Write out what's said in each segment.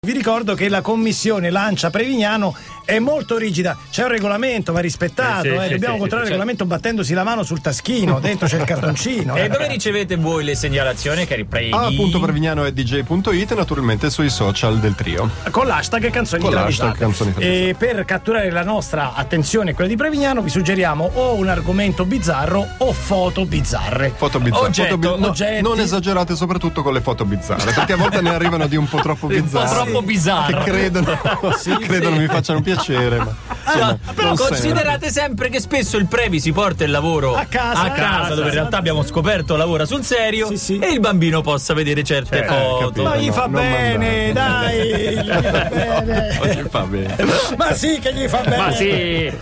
Vi ricordo che la commissione Lancia Prevignano è molto rigida, c'è un regolamento, va rispettato, dobbiamo controllare il regolamento battendosi la mano sul taschino, dentro c'è il cartoncino. E dove ricevete voi le segnalazioni, cari pregi? a.prevignano@dj.it e naturalmente sui social del trio. Con l'hashtag canzoni travisate. E per catturare la nostra attenzione, quella di Prevignano, vi suggeriamo o un argomento bizzarro o foto bizzarre. Foto bizzarre. Oggetti. Non esagerate soprattutto con le foto bizzarre, perché a volte ne arrivano di un po' troppo bizzarre. Bizzarro. Che credono mi facciano piacere, ma insomma, però considerate sempre che spesso il Previ si porta il lavoro a casa, dove in realtà abbiamo scoperto lavora sul serio, e il bambino possa vedere certe foto. Ma gli fa bene, dai, gli fa bene. Non gli fa bene. Ma sì che gli fa bene. Ma sì.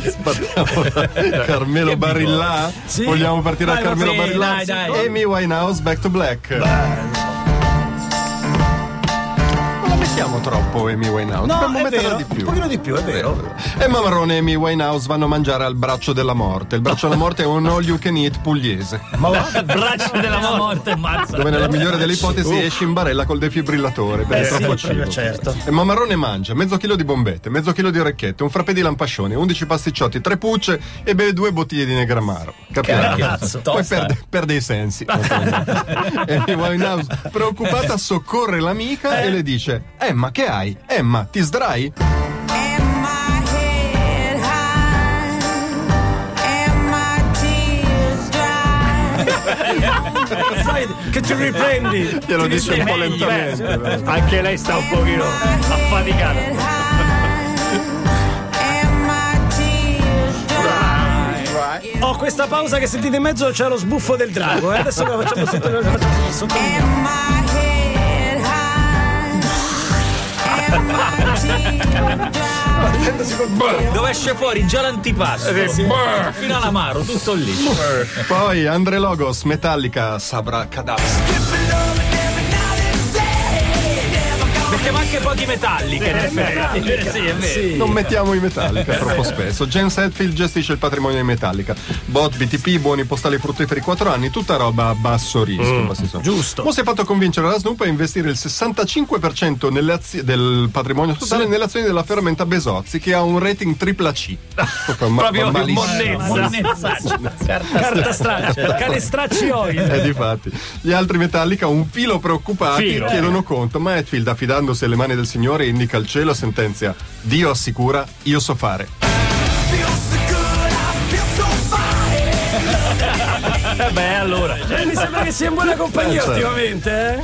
Carmelo Barilla? Sì. Vogliamo partire da Carmelo Barilla? Dai. Amy Winehouse, Back to Black. Mettiamo troppo Amy Winehouse, dobbiamo metterla di più. Un pochino di più, è vero. Emma Marrone e Amy Winehouse vanno a mangiare al braccio della morte. Il braccio della morte è un all you can eat pugliese. Ma il braccio della morte, mazza. Dove nella migliore delle ipotesi esci in barella col defibrillatore perché è troppo cibo. Certo. Emma Marrone mangia mezzo chilo di bombette, mezzo chilo di orecchiette, un frappè di lampascioni, 11 pasticciotti, 3 pucce e beve 2 bottiglie di Negramaro. Cazzo. Poi perde i sensi. Amy Winehouse, preoccupata, soccorre l'amica e le dice: Emma, che hai? Emma, ti sdrai? Che ti riprendi? Glielo dice un po' lentamente. Anche lei sta un pochino affaticata. Oh, questa pausa che sentite in mezzo c'è lo sbuffo del drago, adesso lo facciamo sotto. Dove esce fuori già l'antipasto, fino all'amaro, tutto lì. Poi Andre Logos, Metallica, Sabra Kadavs. Mettiamo anche pochi Metallica, in effetti. Sì, è vero. Sì. Non mettiamo i Metallica troppo spesso. James Hetfield gestisce il patrimonio di Metallica. Bot, BTP, buoni postali fruttiferi 4 anni, tutta roba a basso rischio. Giusto. Mo si è fatto convincere la Snoop a investire il 65% del patrimonio totale nelle azioni della ferramenta Besozzi, che ha un rating tripla C. Proprio monnezza. Carta straccia, canestracci oil. Difatti. Gli altri Metallica, un filo preoccupati, chiedono conto, ma Hetfield, affidandosi alle mani del Signore, indica il cielo, sentenzia: Dio assicura, io so fare. Beh, allora. Mi sembra che sia in buona compagnia ultimamente,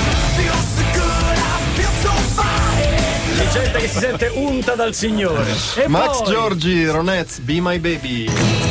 C'è gente che si sente unta dal Signore. E Max poi... Giorgi, Ronettes, Be My Baby.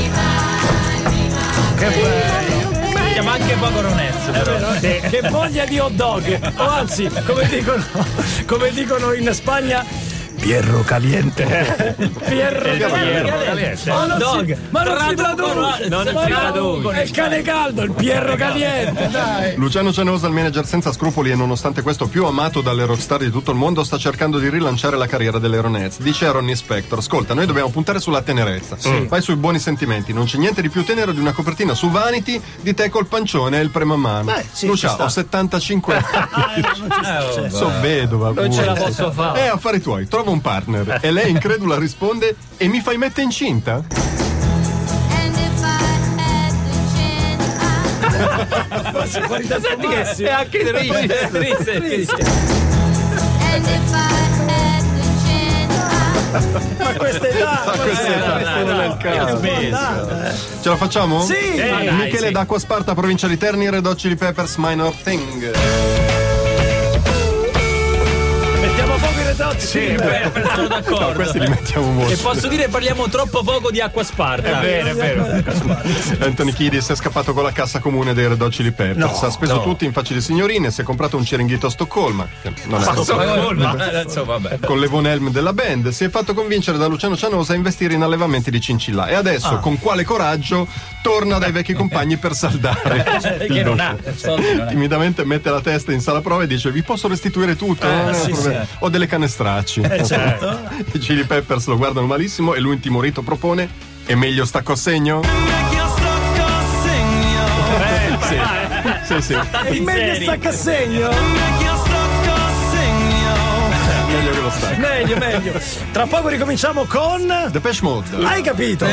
Che bello. Chiama anche poco Ronezzo, però. Che voglia di hot dog, o anzi, come dicono in Spagna, Pierro Caliente. Pierro Caliente. Hot dog. Ma non si traduce. Non si traduce. È il cane caldo, il Pierro Caliente, dai. Luciano Cianosa, il manager senza scrupoli e nonostante questo più amato dalle rockstar di tutto il mondo, sta cercando di rilanciare la carriera delle Ronettes. Dice a Ronnie Spector: ascolta, noi dobbiamo puntare sulla tenerezza. Vai sui buoni sentimenti. Non c'è niente di più tenero di una copertina su Vanity di te col pancione e il premamano. Lucia, ho 75 anni. So vedova. Non ce la posso fare. Affari tuoi, trova un partner. E lei incredula risponde: e mi fai mettere incinta? Fuori da Senti che è anche triste. Ma questa età non è il caso. Ce la facciamo? Sì. Michele d'Acqua Sparta, provincia di Terni, Red Hot Chili Peppers, Minor Thing. mettiamo poco i Red Hot. Sì, sono d'accordo. No, questi li mettiamo molto. E posso dire, parliamo troppo poco di Acqua Sparta. È vero. Anthony Kiedis è scappato con la cassa comune dei Red Hot Chili Peppers. Ha speso tutti in facce di signorine, si è comprato un Ciringhito a Stoccolma. Non è vabbè. con le Von Helm della band, si è fatto convincere da Luciano Cianosa a investire in allevamenti di cincilla. E adesso, con quale coraggio, torna dai vecchi compagni per saldare. Che non ha soldi, non è. Timidamente mette la testa in sala prova e dice: vi posso restituire tutto? Ho delle canestracci. Certo. I Chili Peppers lo guardano malissimo e lui intimorito propone: è meglio stacco a segno? Sì. Il meglio stacca a segno. meglio. Tra poco ricominciamo con Depeche Mode. Hai capito?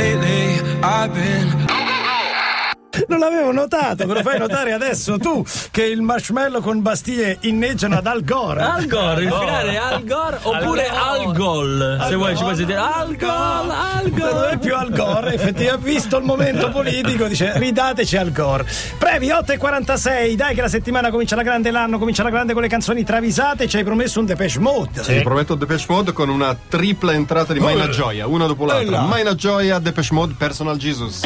Non l'avevo notato, me lo fai notare adesso tu che il marshmallow con Bastille inneggiano ad Al Gore. Al Gore, il finale Al Gore oppure Al Gol. Se vuoi ci puoi sentire Al Gol. Non è più Al Gore, effettivamente visto il momento politico, dice ridateci Al Gore. Previ 8:46, dai che la settimana comincia la grande, l'anno comincia la grande con le canzoni travisate, ci hai promesso un Depeche Mode. Sì, prometto Depeche Mode con una tripla entrata di Maina Gioia, una dopo l'altra. Maina Gioia, Depeche Mode, Personal Jesus.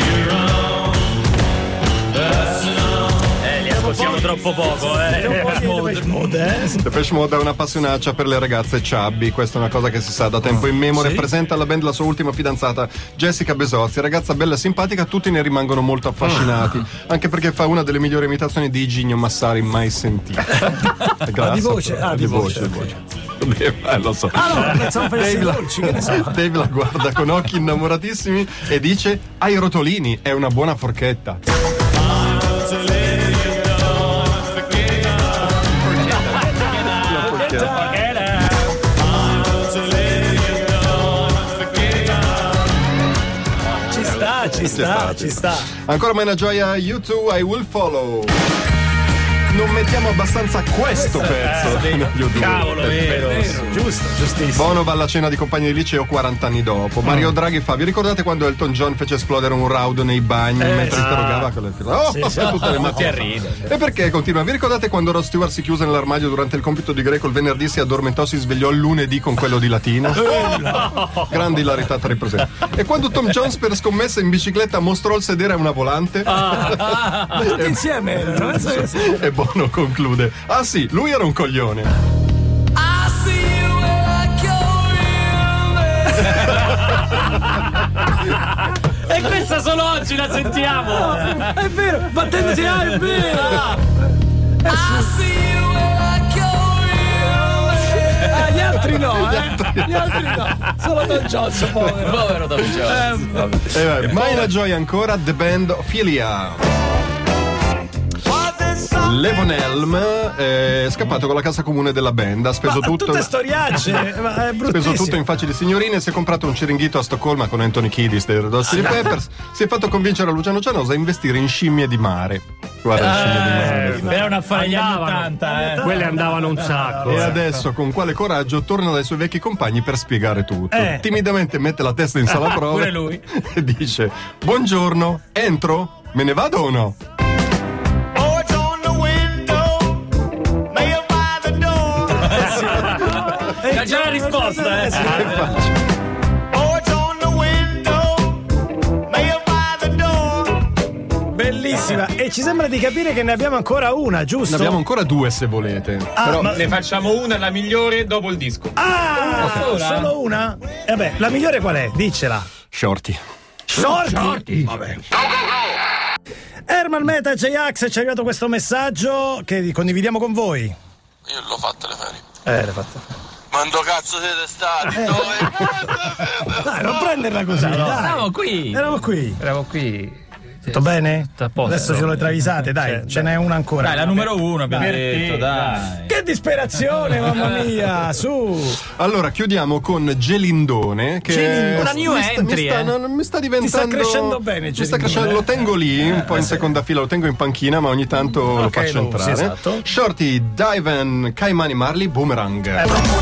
Li ascoltiamo troppo poco, Depeche Mode. Depeche Mode è una passionaccia per le ragazze chubby, questa è una cosa che si sa da tempo immemore. Sì. Presenta alla band la sua ultima fidanzata Jessica Besozzi, ragazza bella e simpatica, tutti ne rimangono molto affascinati, anche perché fa una delle migliori imitazioni di Igigno Massari mai sentite. Di voce. Lo so. No, pensavo facessi i dolci, che ne so. Dave la guarda con occhi innamoratissimi e dice: ai rotolini, è una buona forchetta. Ci sta. Ancora Maina Gioia, You Too, I Will Follow. Non mettiamo abbastanza questo pezzo negli Cavolo, vero. Giustissimo. Bono va alla cena di compagni di liceo 40 anni dopo. Mario Draghi fa: vi ricordate quando Elton John fece esplodere un raudo nei bagni mentre interrogava con le tutte le mattine. E perché continua? Vi ricordate quando Rod Stewart si chiuse nell'armadio durante il compito di greco il venerdì, si addormentò, si svegliò il lunedì con quello di latina? Grande ilarità tra i presenti. E quando Tom Jones per scommessa in bicicletta mostrò il sedere a una volante? Tutti insieme erano. E Bono conclude: ah sì, lui era un coglione. E questa solo oggi la sentiamo. È vero, battendosi è vero. Gli altri no, Gli altri no. Solo Don Johnson, Povero Don Johnson. Maina Gioia ancora, The Band Ophelia. Levon Helm è scappato con la cassa comune della band, ha speso tutto. Tutte storiacce, ma è bruttissimo. Speso tutto in facili signorine, si è comprato un ciringhito a Stoccolma con Anthony Kiedis dei Red Hot Chili Peppers, si è fatto convincere a Luciano Cianosa a investire in scimmie di mare. Guarda, scimmie di mare. Era un affare degli anni 80, Quelle andavano un sacco. E adesso con quale coraggio torna dai suoi vecchi compagni per spiegare tutto. Timidamente mette la testa in sala prove. Pure lui. E dice: buongiorno, entro? Me ne vado o no? Già la risposta, Bellissima. E ci sembra di capire che ne abbiamo ancora una, giusto? Ne abbiamo ancora due se volete. Però ne facciamo una, la migliore, dopo il disco. Solo una? Vabbè, la migliore qual è? Diccela. Shorty. Vabbè. Herman Meta, J-Ax, ci è arrivato questo messaggio che condividiamo con voi. Io l'ho fatta le ferie. L'hai fatta. Quando cazzo siete stati? Dai, non prenderla così. Dai. Eravamo qui. Tutto bene? Adesso ce lo travisate, dai, ce n'è una ancora. Dai, la numero 1 abbiamo detto, dai. Che disperazione, mamma mia, su. Allora, chiudiamo con Gelindone, che una new entry. Mi sta diventando. Ti sta crescendo bene, mi sta crescendo, lo tengo lì, un po' in seconda fila, lo tengo in panchina, ma ogni tanto lo faccio entrare. Sì, esatto. Shorty, Diven, Caimani Marley, Boomerang.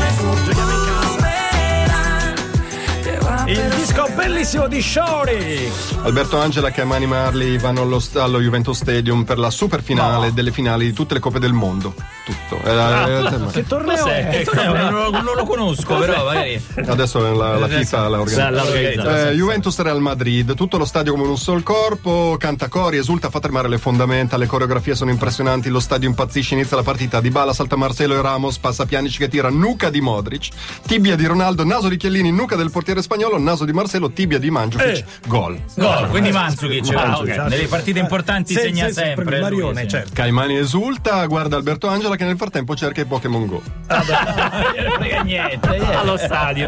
Il disco bellissimo di Shorty. Alberto Angela, Caimani Marley vanno allo Juventus Stadium per la super finale delle finali di tutte le coppe del mondo. Tutto. Che torneo è? Non lo conosco, però magari. Adesso la FIFA l'ha organizzata. Juventus Real Madrid, tutto lo stadio come un sol corpo, canta cori, esulta, fa tremare le fondamenta, le coreografie sono impressionanti, lo stadio impazzisce, inizia la partita, Dybala salta Marcelo e Ramos, passa Pjanic che tira, nuca di Modric, tibia di Ronaldo, naso di Chiellini, nuca del portiere spagnolo, naso di Marcelo, tibia di Mandzukic, gol. Quindi Mandzukic, nelle partite importanti segna sempre. Marione, certo. Caimani esulta, guarda Alberto Angela che nel frattempo cerca i Pokémon Go. Non frega niente, allo stadio.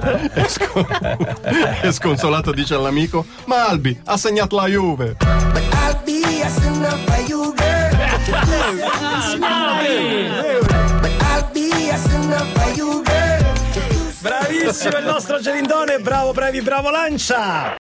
E sconsolato dice all'amico: ma Albi ha segnato la Juve. Albi ha segnato la Juve. Albi ha segnato la Juve. Bravissimo. Bravissimo il nostro Gelindone, bravo Previ, bravo Lancia.